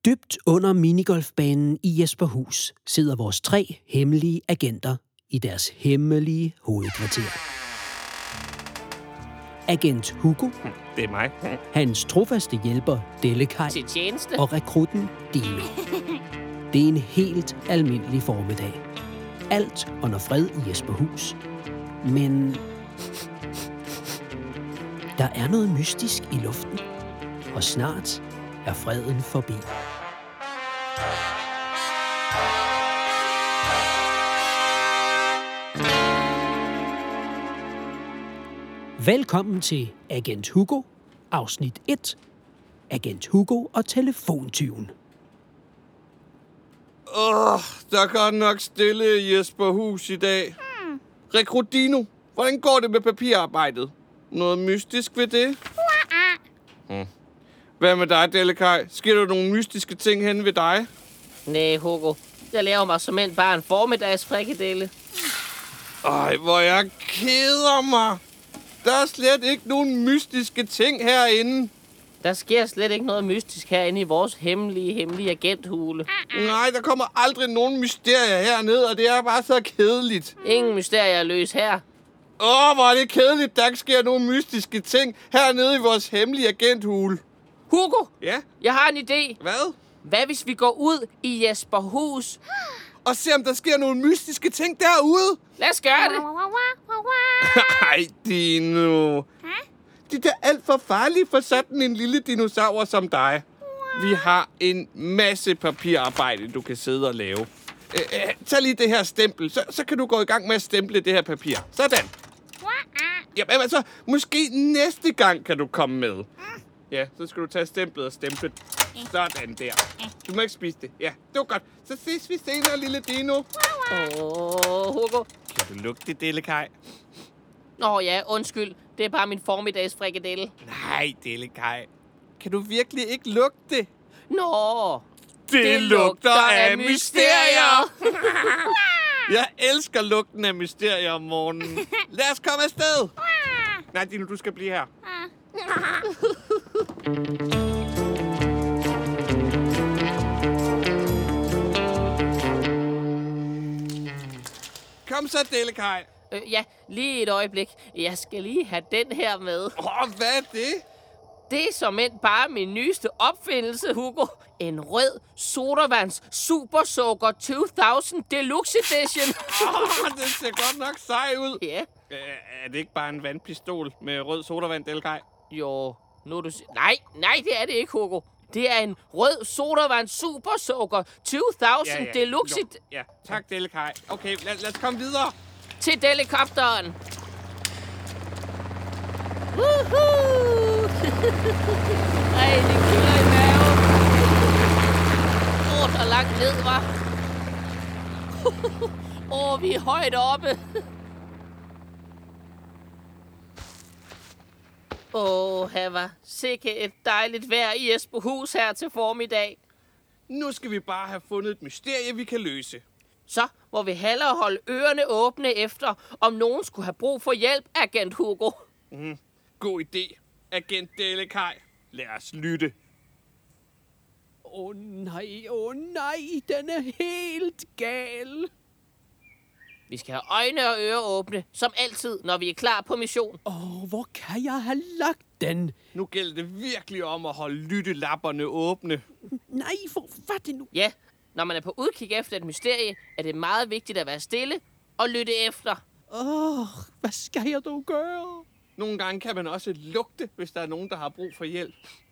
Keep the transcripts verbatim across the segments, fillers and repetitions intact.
Dybt under minigolfbanen i Jesperhus sidder vores tre hemmelige agenter i deres hemmelige hovedkvarter. Agent Hugo, det er mig. hans trofaste hjælper Delecaj Til tjeneste. og rekrutten Dino. Det er en helt almindelig formiddag. Alt under fred i Jesperhus. Men der er noget mystisk i luften, og snart er freden forbi. Velkommen til Agent Hugo, afsnit et. Agent Hugo og telefontyven. Åh, oh, der er godt nok stille i Jesperhus i dag. Hmm. Rekrut Dino, hvordan går det med papirarbejdet? Noget mystisk ved det? Hmm. Hvad med dig, Delecaj? Sker der nogle mystiske ting hen ved dig? Nej, Hugo. Jeg laver mig som end bare en formiddagsfrikadelle. Ej, hvor jeg keder mig. Der er slet ikke nogen mystiske ting herinde. Der sker slet ikke noget mystisk herinde i vores hemmelige, hemmelige agenthule. Nej, der kommer aldrig nogen mysterier herned, og det er bare så kedeligt. Ingen mysterier løs her. Åh, hvor er det kedeligt, der ikke sker nogen mystiske ting hernede i vores hemmelige agenthule. Hugo, Ja? jeg har en idé. Hvad? Hvad hvis vi går ud i Jesperhus? Og se, om der sker nogle mystiske ting derude. Lad os gøre det. Ej, Dino. Det er alt for farligt for sådan en lille dinosaur som dig. Vi har en masse papirarbejde, du kan sidde og lave. Æ, æ, tag lige det her stempel, så, så kan du gå i gang med at stemple det her papir. Sådan. Jamen altså, måske næste gang kan du komme med. Ja, så skal du tage stemplet og stemple. Sådan der. Du må ikke spise det. Ja, det var godt. Så ses vi senere, lille Dino. Åh, oh, Hugo. Kan du lugte det, Delecaj? Nå ja, undskyld. Det er bare min formiddagsfrikadelle. Nej, Delecaj. Kan du virkelig ikke lugte det? Nå. Det, det lugter af mysterier. Jeg elsker lugten af mysterier om morgenen. Lad os komme afsted. Nej, Dino, du skal blive her. Kom så, Delecaj. Øh, ja, lige et øjeblik. Jeg skal lige have den her med. Åh, oh, hvad er det? Det er som end bare min nyeste opfindelse, Hugo. En rød sodavands supersukker to tusind Deluxe Edition. Oh, det ser godt nok sej ud. Ja. Æ, er det ikke bare en vandpistol med rød sodavand, Delecaj? Jo, nu du siger... Nej, nej, det er det ikke, Hugo. Det er en rød sodavands supersukker to tusind Ja, ja. Deluxe... Jo. Ja, tak, Delecaj. Okay, lad, lad os komme videre. Til helikopteren. Woohoo! Ej, det kilder i maven. Åh, oh, der er langt ned, hva'? Åh, oh, vi er højt oppe. Åh, oh, her var sikke et dejligt vejr i Jesperhus her til formiddag. Nu skal vi bare have fundet et mysterie, vi kan løse. Så må vi hellere holde ørerne åbne efter, om nogen skulle have brug for hjælp, agent Hugo. Mm, god idé, agent Delecaj. Lad os lytte. Åh oh, nej, åh oh, nej, den er helt gal. Vi skal have øjne og ører åbne, som altid, når vi er klar på mission. Åh, oh, hvor kan jeg have lagt den? Nu gælder det virkelig om at holde lyttelapperne åbne. Nej, for hvad er det nu? Ja, når man er på udkig efter et mysterie, er det meget vigtigt at være stille og lytte efter. Åh, oh, hvad skal jeg dog gøre? Nogle gange kan man også lugte, hvis der er nogen, der har brug for hjælp.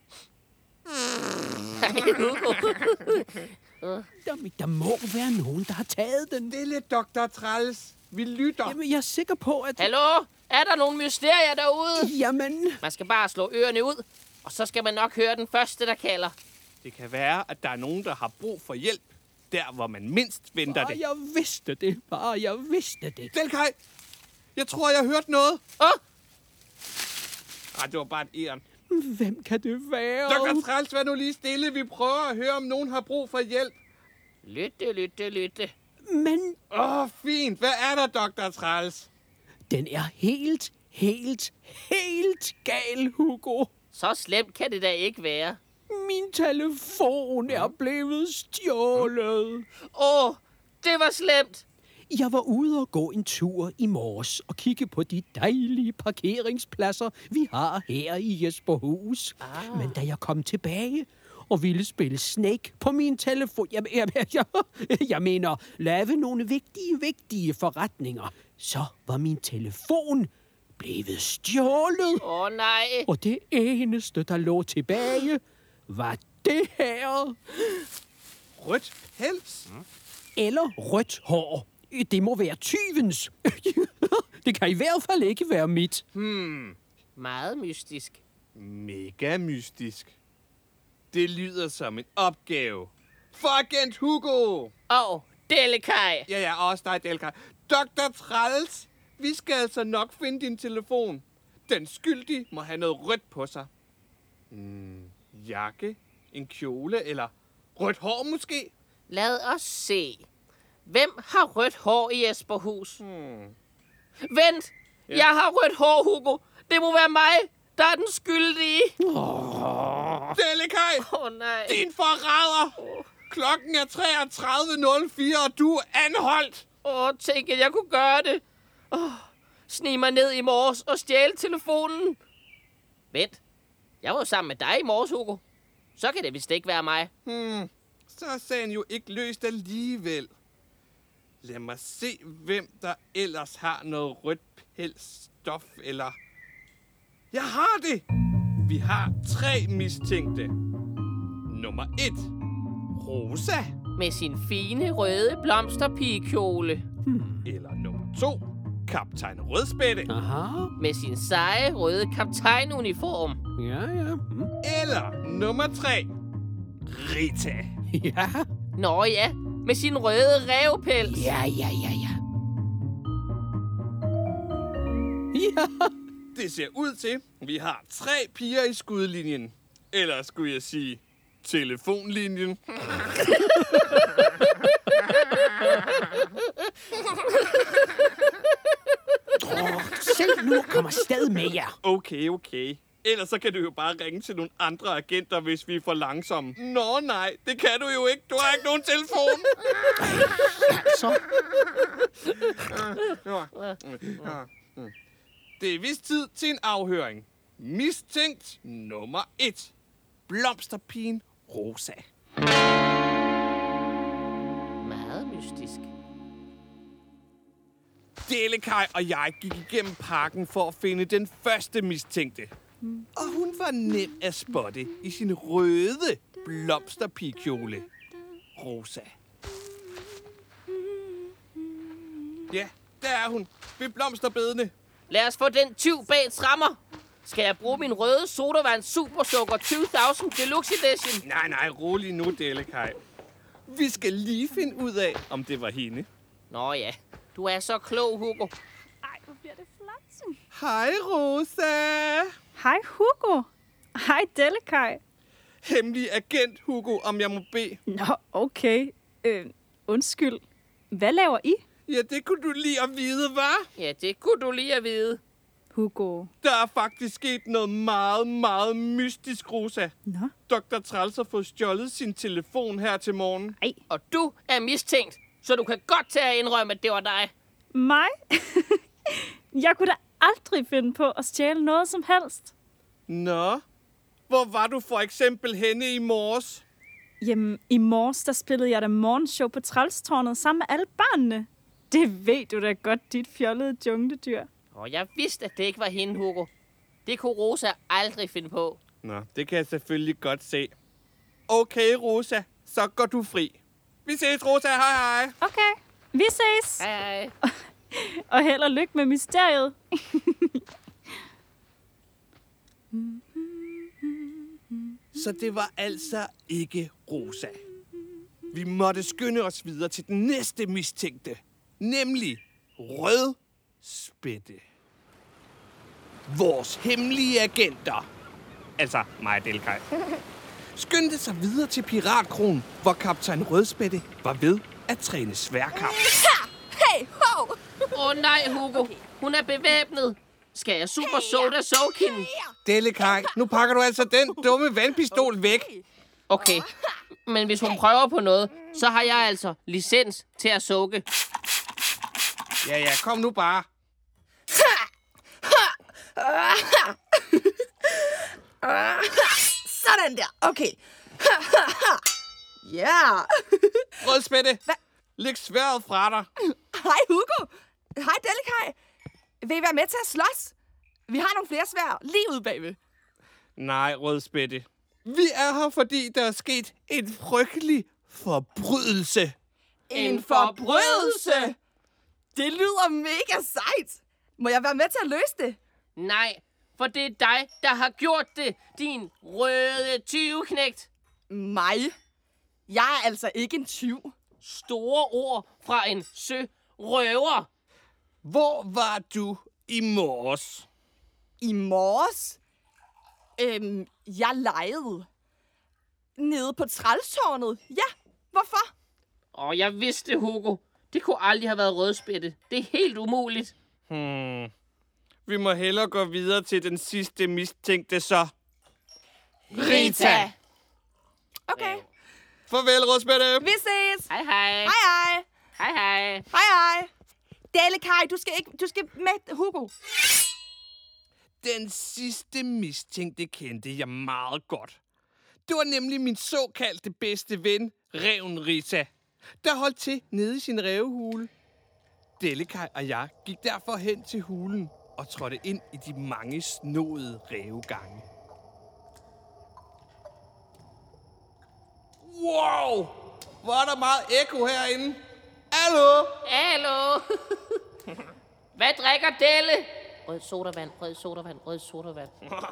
Jamen, der må være nogen, der har taget den. Lille doktor Træls. Vi lytter. Jamen, jeg er sikker på, at... Hallo? Er der nogle mysterier derude? Jamen... Man skal bare slå ørerne ud, og så skal man nok høre den første, der kalder. Det kan være, at der er nogen, der har brug for hjælp. Der, hvor man mindst venter Bare det. jeg vidste det. Bare jeg vidste det. Delecaj, jeg tror, jeg har hørt noget. Åh! Oh! Ej, det var bare et æren. Hvem kan det være? doktor Træls, vær nu lige stille. Vi prøver at høre, om nogen har brug for hjælp. Lytte, lytte, lytte. Men Åh, oh, fint. Hvad er der, doktor Træls? den er helt, helt, helt gal, Hugo. Så slemt kan det da ikke være. Min telefon er blevet stjålet. Åh, det var slemt. Jeg var ude og gå en tur i morges og kigge på de dejlige parkeringspladser, vi har her i Jesperhus. Ah. Men da jeg kom tilbage og ville spille Snake på min telefon, jeg, jeg, jeg, jeg mener, lave nogle vigtige, vigtige forretninger, så var min telefon blevet stjålet. Åh, oh, nej. Og det eneste, der lå tilbage, var det her. Rødt pels? Mm. Eller rødt hår. Det må være tyvens. Det kan i hvert fald ikke være mit. Hmm. Meget mystisk. Mega mystisk. Det lyder som en opgave. For agent Hugo! Åh, oh, Delicai. Ja, ja, også dig, Delicai. doktor Træls, vi skal altså nok finde din telefon. Den skyldige må have noget rødt på sig. Hmm. Jakke, en kjole eller rødt hår måske? Lad os se. Hvem har rødt hår i Jesperhus? Hmm. Vent! Ja. Jeg har rødt hår, Hugo. Det må være mig, der er den skyldige. Oh. Delicai! Åh, oh, nej. Din forræder! Oh. Klokken er treogtredive nul fire, og du er anholdt! Åh, oh, tænk, at jeg kunne gøre det. Oh. Snig mig ned i morges og stjæle telefonen. Vent. Jeg var jo sammen med dig i morges, Hugo. Så kan det vist ikke være mig. Hmm. Så er sagen jo ikke løst alligevel. Lad mig se, hvem der ellers har noget rødt pelsstof, eller... Jeg har det! Vi har tre mistænkte. Nummer et. Rosa. Med sin fine røde blomsterpigekjole. Hmm. Eller nummer to. Kaptajn Rødspætte. Aha. Med sin seje røde kaptajnuniform. Ja, ja. Hmm. Eller nummer tre. Rita. Ja. Nå ja, med sin røde rævepels. Ja, ja, ja, ja. Ja. Det ser ud til, vi har tre piger i skudlinjen. Eller skulle jeg sige, telefonlinjen. Oh, selv nu kommer sted med jer. Okay, okay. Ellers så kan du jo bare ringe til nogle andre agenter, hvis vi er for langsomme. Nå nej, det kan du jo ikke. Du har ikke nogen telefon. Så. Det er vist tid til en afhøring. Mistænkt nummer et. Blomsterpigen Rosa. Meget mystisk. Delicai og jeg gik igennem parken for at finde den første mistænkte. Og hun var nem at spotte i sin røde blomsterpigekjole. Rosa. Ja, der er hun. Ved blomsterbedene. Lad os få den tyv bag trammer. Skal jeg bruge min røde sodavand supersukker tyve tusind Deluxe Edition? Nej, nej, rolig nu, Delicai. Vi skal lige finde ud af, om det var hende. Nå ja, du er så klog, Hugo. Ej, hvor bliver det flot. Hej, Rosa. Hej, Hugo. Hej, Delicai. Hemmelig agent, Hugo, om jeg må bede. Nå, okay. Øh, undskyld. Hvad laver I? Ja, det kunne du lige at vide, hva'? Ja, det kunne du lige at vide. Hugo. Der er faktisk sket noget meget, meget mystisk, Rosa. Nå? doktor Træls har fået stjålet sin telefon her til morgen. Ej. Og du er mistænkt, så du kan godt tage at indrømme, at det var dig. Mig? Jeg kunne da aldrig finde på at stjæle noget som helst. Nå, hvor var du for eksempel henne i morges? Jamen, i morges, der spillede jeg da morgenshow på Trælstårnet sammen med alle børnene. Det ved du da godt, dit fjollede jungledyr. Og jeg vidste, at det ikke var hende, Hugo. Det kunne Rosa aldrig finde på. Nå, det kan jeg selvfølgelig godt se. Okay, Rosa, så går du fri. Vi ses, Rosa. Hej, hej. Okay, vi ses. Hej, hej. Og held og lykke med mysteriet. Så det var altså ikke Rosa. Vi måtte skynde os videre til den næste mistænkte. Nemlig Rødspætte. Vores hemmelige agenter. Altså mig og Delicai. Skyndte sig videre til Piratkronen, hvor kaptajn Rødspætte var ved at træne sværkamp. Hey, ho! Åh oh, nej, Hugo. Hun er bevæbnet. Skal jeg super soda soak hende? Delikaj, nu pakker du altså den dumme vandpistol væk. Okay, men hvis hun prøver på noget, så har jeg altså licens til at soke. Ja, ja, kom nu bare. Sådan der. Okay. Ja. Rødspætte, læg sværet fra dig. Hej, Hugo. Hej, Delikaj. Vil I være med til at slås? Vi har nogle flere sværd lige ude bagved. Nej, Rødspætte. Vi er her, fordi der er sket en frygtelig forbrydelse. En forbrydelse? Det lyder mega sejt. Må jeg være med til at løse det? Nej, for det er dig, der har gjort det, din røde tyveknægt. Mig? Jeg er altså ikke en tyv. Store ord fra en sørøver. Hvor var du i morges? I morges? Øhm, jeg legede. Nede på trælstårnet. Ja, hvorfor? Og jeg vidste, Hugo. Det kunne aldrig have været Rødspætte. Det er helt umuligt. Hmm. Vi må hellere gå videre til den sidste mistænkte så. Rita! Okay. Farvel, Rødspætte. Vi ses. Hej, hej. Hej, hej. Hej, hej. Hej, hej. Delikaj, du skal ikke, du skal med Hugo. Den sidste mistænkte kendte jeg meget godt. Det var nemlig min såkaldte bedste ven, Ræven Rita, der holdt til nede i sin rævehule. Delikaj og jeg gik derfor hen til hulen og trådte ind i de mange snodede rævegange. Wow! Hvor er der meget ekko herinde. Hallo? Hallo. Hvad drikker Delle? Rød sodavand, rød sodavand, rød sodavand.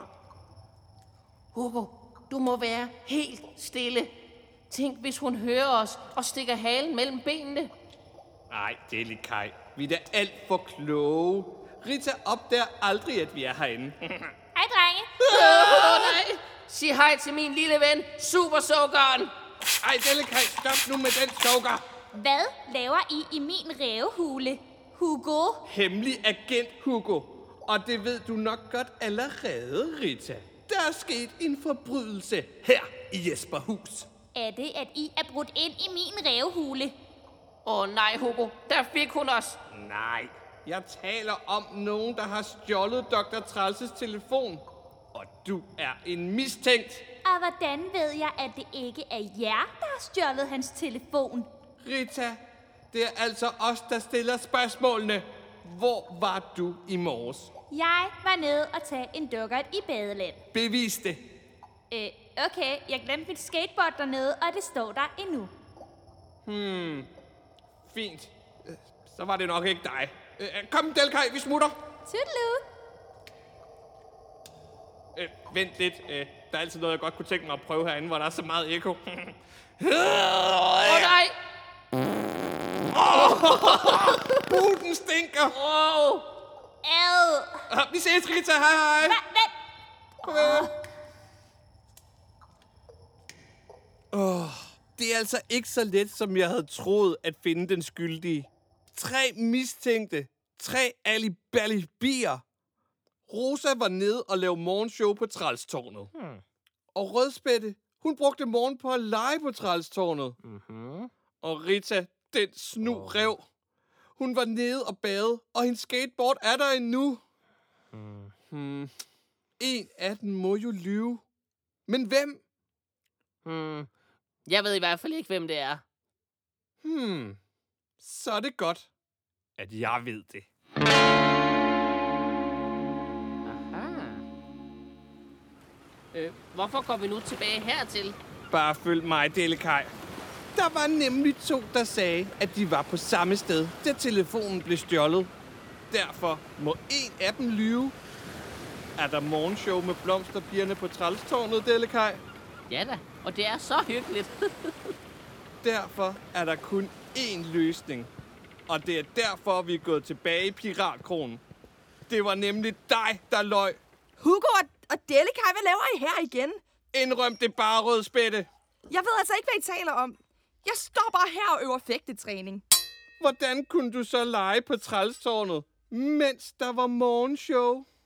Hugo, du må være helt stille. Tænk, hvis hun hører os og stikker halen mellem benene. Nej, Delikaj. Vi er da alt for kloge. Rita opdager aldrig, at vi er herinde. Hej, drenge. Åh, oh, nej. Sig hej til min lille ven, Supersukkeren. Ej, Delikaj, stop nu med den sukker. Hvad laver I i min rævehule, Hugo? Hemmelig agent, Hugo. Og det ved du nok godt allerede, Rita. Der er sket en forbrydelse her i Jesperhus. Er det, at I er brudt ind i min rævehule? Åh oh, nej, Hugo. Der fik hun os. Nej, jeg taler om nogen, der har stjålet doktor Trælses telefon. Og du er en mistænkt. Og hvordan ved jeg, at det ikke er jer, der har stjålet hans telefon? Rita, det er altså os, der stiller spørgsmålene. Hvor var du i morges? Jeg var nede og tage en dukkert i badeland. Bevis det. Øh, okay, jeg glemte mit skateboard dernede, og det står der endnu. Hmm, fint. Øh, Så var det nok ikke dig. Øh, Kom, Delikaj, vi smutter. Toodaloo. Øh, vent lidt. Øh, der er altid noget, jeg godt kunne tænke mig at prøve herinde, hvor der er så meget ekko. Åh, Åh oh, nej. uh, den stinker. Åh. Oh. Ad. Ah, vi ses, Rita. Hej, hej. Vent. Farvel. Åh, det er altså ikke så let, som jeg havde troet at finde den skyldige. Tre mistænkte. Tre alibier. Rosa var nede og lavede morgenshow på Trælstårnet. Hmm. Og Rødspætte, hun brugte morgen på at lege på Trælstårnet. Mm-hmm. Og Rita, den snu oh. rev. Hun var nede og bade, og hendes skateboard er der endnu. Hmm. Hmm. En af dem må jo lyve. Men hvem? Hmm. Jeg ved i hvert fald ikke, hvem det er. Hmm. Så er det godt, at jeg ved det. Aha. Øh, hvorfor går vi nu tilbage hertil? Bare følg mig, Delikaj. Der var nemlig to, der sagde, at de var på samme sted, da telefonen blev stjålet. Derfor må en af dem lyve. Er der morgenshow med blomsterpigerne på Trælstårnet, Delikaj? Ja da, og det er så hyggeligt. Derfor er der kun én løsning. Og det er derfor, vi er gået tilbage i Piratkronen. Det var nemlig dig, der løj. Hugo og, og Delikaj, hvad laver I her igen? Indrøm det bare, Rødspætte. Jeg ved altså ikke, hvad I taler om. Jeg står bare her og øver fægtetræning. Hvordan kunne du så lege på Trælstårnet, mens der var morgenshow?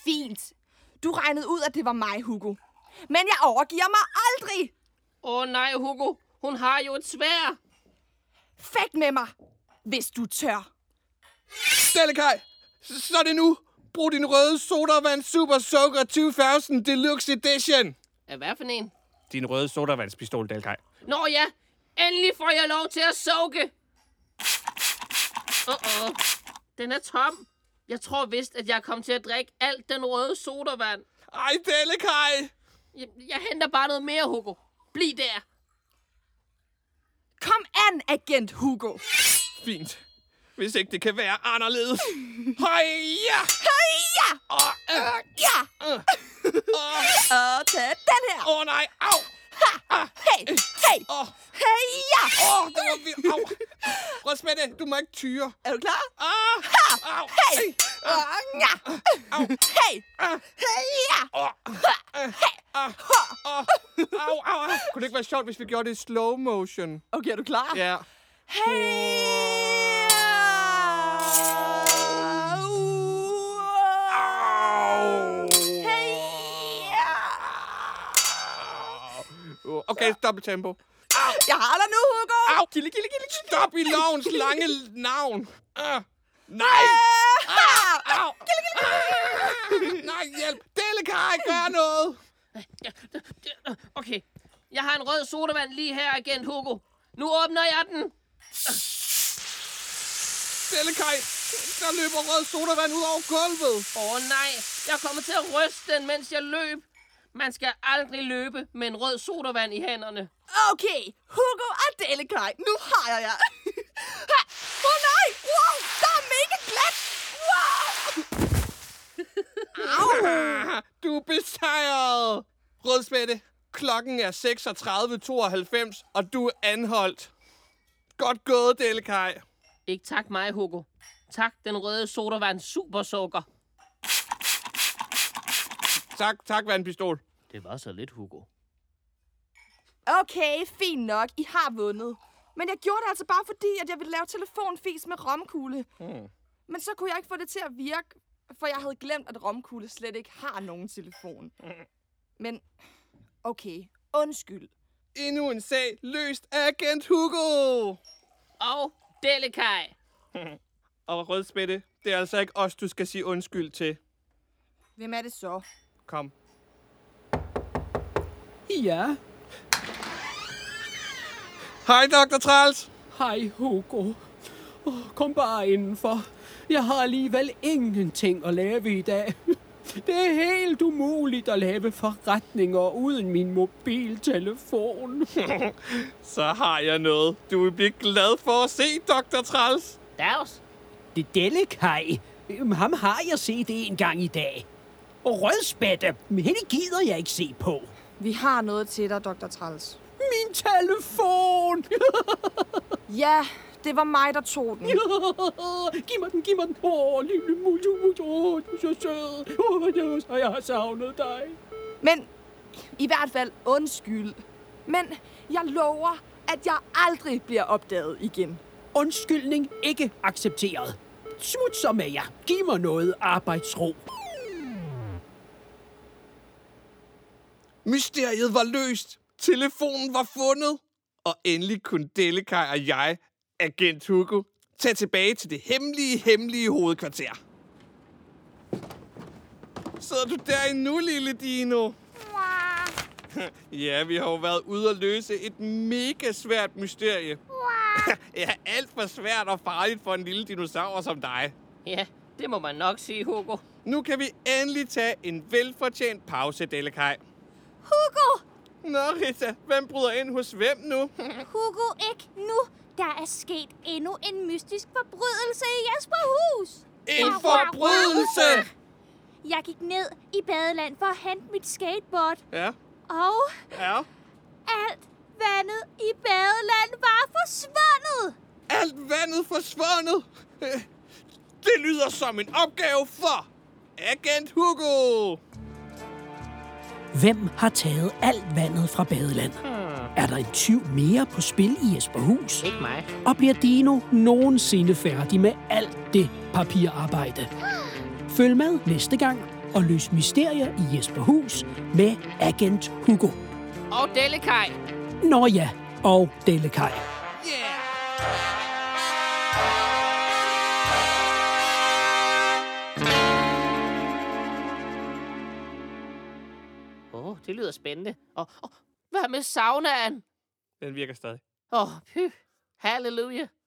Fint. Du regnede ud, at det var mig, Hugo. Men jeg overgiver mig aldrig. Åh oh, nej, Hugo. Hun har jo et sværd. Fægt med mig, hvis du tør. Delicai, så er det nu. Brug din røde sodavand Super Soaker to tusind Deluxe Edition. Hvad for en? Din røde sodavandspistol, Delicai. Nå ja, endelig får jeg lov til at soke. Uh-oh. Den er tom. Jeg tror vist, at jeg kom til at drikke alt den røde sodavand. Ej, Delicai. Jeg, jeg henter bare noget mere, Hugo. Bliv der. Kom an, agent Hugo. Fint. Hvis ikke det kan være anderledes. Høja! Høja! Åh, øh, Ja! øh, Og tag den her. Åh, oh, nej. Au! Ha! Hey! Hey! Åh, Heja! åh, det var vildt. Au. Rødsmætte, du må ikke tyre. Er du klar? Ah! Ha! Au! Hey! Og ja! Hey! Heja! Åh, øh, ah, åh, au, au, au. Kunne det ikke være sjovt, hvis vi gjorde det i slow motion? Okay, er du klar? Ja. Heja! Au! Heja! Okay, stop tempo. Jeg har dig nu, Hugo! Au! Kille, kille, kille. Stop i lovens lange navn. Uh, nej! Ah! Au! Ah! Nej, hjælp! Delicai, gør noget! Okay, jeg har en rød sodavand lige her, agent Hugo. Nu åbner jeg den. Delicai, der løber rød sodavand ud over gulvet. Åh oh, nej, jeg kommer til at ryste den, mens jeg løb. Man skal aldrig løbe med en rød sodavand i hænderne. Okay, Hugo og Delicai, nu har jeg jer. Åh oh, nej! Wow, der er mega glat! Wow! Ah, du er besejret! Rødspætte, klokken er seksogtredive tooghalvfems, og du er anholdt. Godt gået, Delicai. Ikke tak mig, Hugo. Tak den røde sodavand supersukker. Tak, tak, vandpistol. Det var så lidt, Hugo. Okay, fint nok. I har vundet. Men jeg gjorde det altså bare fordi, at jeg ville lave telefonfis med romkugle. Hmm. Men så kunne jeg ikke få det til at virke, for jeg havde glemt, at romkugle slet ikke har nogen telefon. Men okay, undskyld. Endnu en sag løst af agent Hugo. Og Delicai. Og Rødspætte, det er altså ikke os, du skal sige undskyld til. Hvem er det så? Kom. Ja, Hej, doktor Træls. hej Hugo. Oh, kom bare indenfor. Jeg har alligevel ingenting at lave i dag. Det er helt umuligt at lave forretninger uden min mobiltelefon. Så har jeg noget, du vil blive glad for at se, doktor Træls. Dags. Det er Delicai. Ham har jeg set en gang i dag. Og Rødspætte, hende gider jeg ikke se på. Vi har noget til dig, doktor Træls. Min telefon! Ja, det var mig, der tog den. Giv mig den, giv mig den. Åh, lille mus, mus, åh, du er så sød. Åh, jeg har savnet dig. Men i hvert fald undskyld. Men jeg lover, at jeg aldrig bliver opdaget igen. Undskyldning ikke accepteret. Smut så med jer. Giv mig noget arbejdsro. Mysteriet var løst. Telefonen var fundet. Og endelig kunne Delicai og jeg, agent Hugo, tage tilbage til det hemmelige, hemmelige hovedkvarter. Sidder du der endnu, lille Dino? Ja, vi har jo været ude at løse et mega svært mysterie. Ja, alt for svært og farligt for en lille dinosaur som dig. Ja, det må man nok sige, Hugo. Nu kan vi endelig tage en velfortjent pause, Delicai. Hugo! Nå, Rita, hvem bryder ind hos hvem nu? Hugo, ikke nu. Der er sket endnu en mystisk forbrydelse i Jesperhus. En forbrydelse! Jeg gik ned i badeland for at hente mit skateboard. Ja, Og ja. alt vandet i badeland var forsvundet. Alt vandet forsvundet. Det lyder som en opgave for agent Hugo. Hvem har taget alt vandet fra badeland? Hmm. Er der en tyv mere på spil i Jesperhus? Ikke mig. Og bliver Dino nogensinde færdig med alt det papirarbejde? Følg med næste gang og løs mysterier i Jesperhus med Agent Hugo. Og Delikaj. Nå ja, og Delikaj. Åh, oh, det lyder spændende. Og oh, hvad med saunaen? Den virker stadig. Åh, oh, py. Halleluja.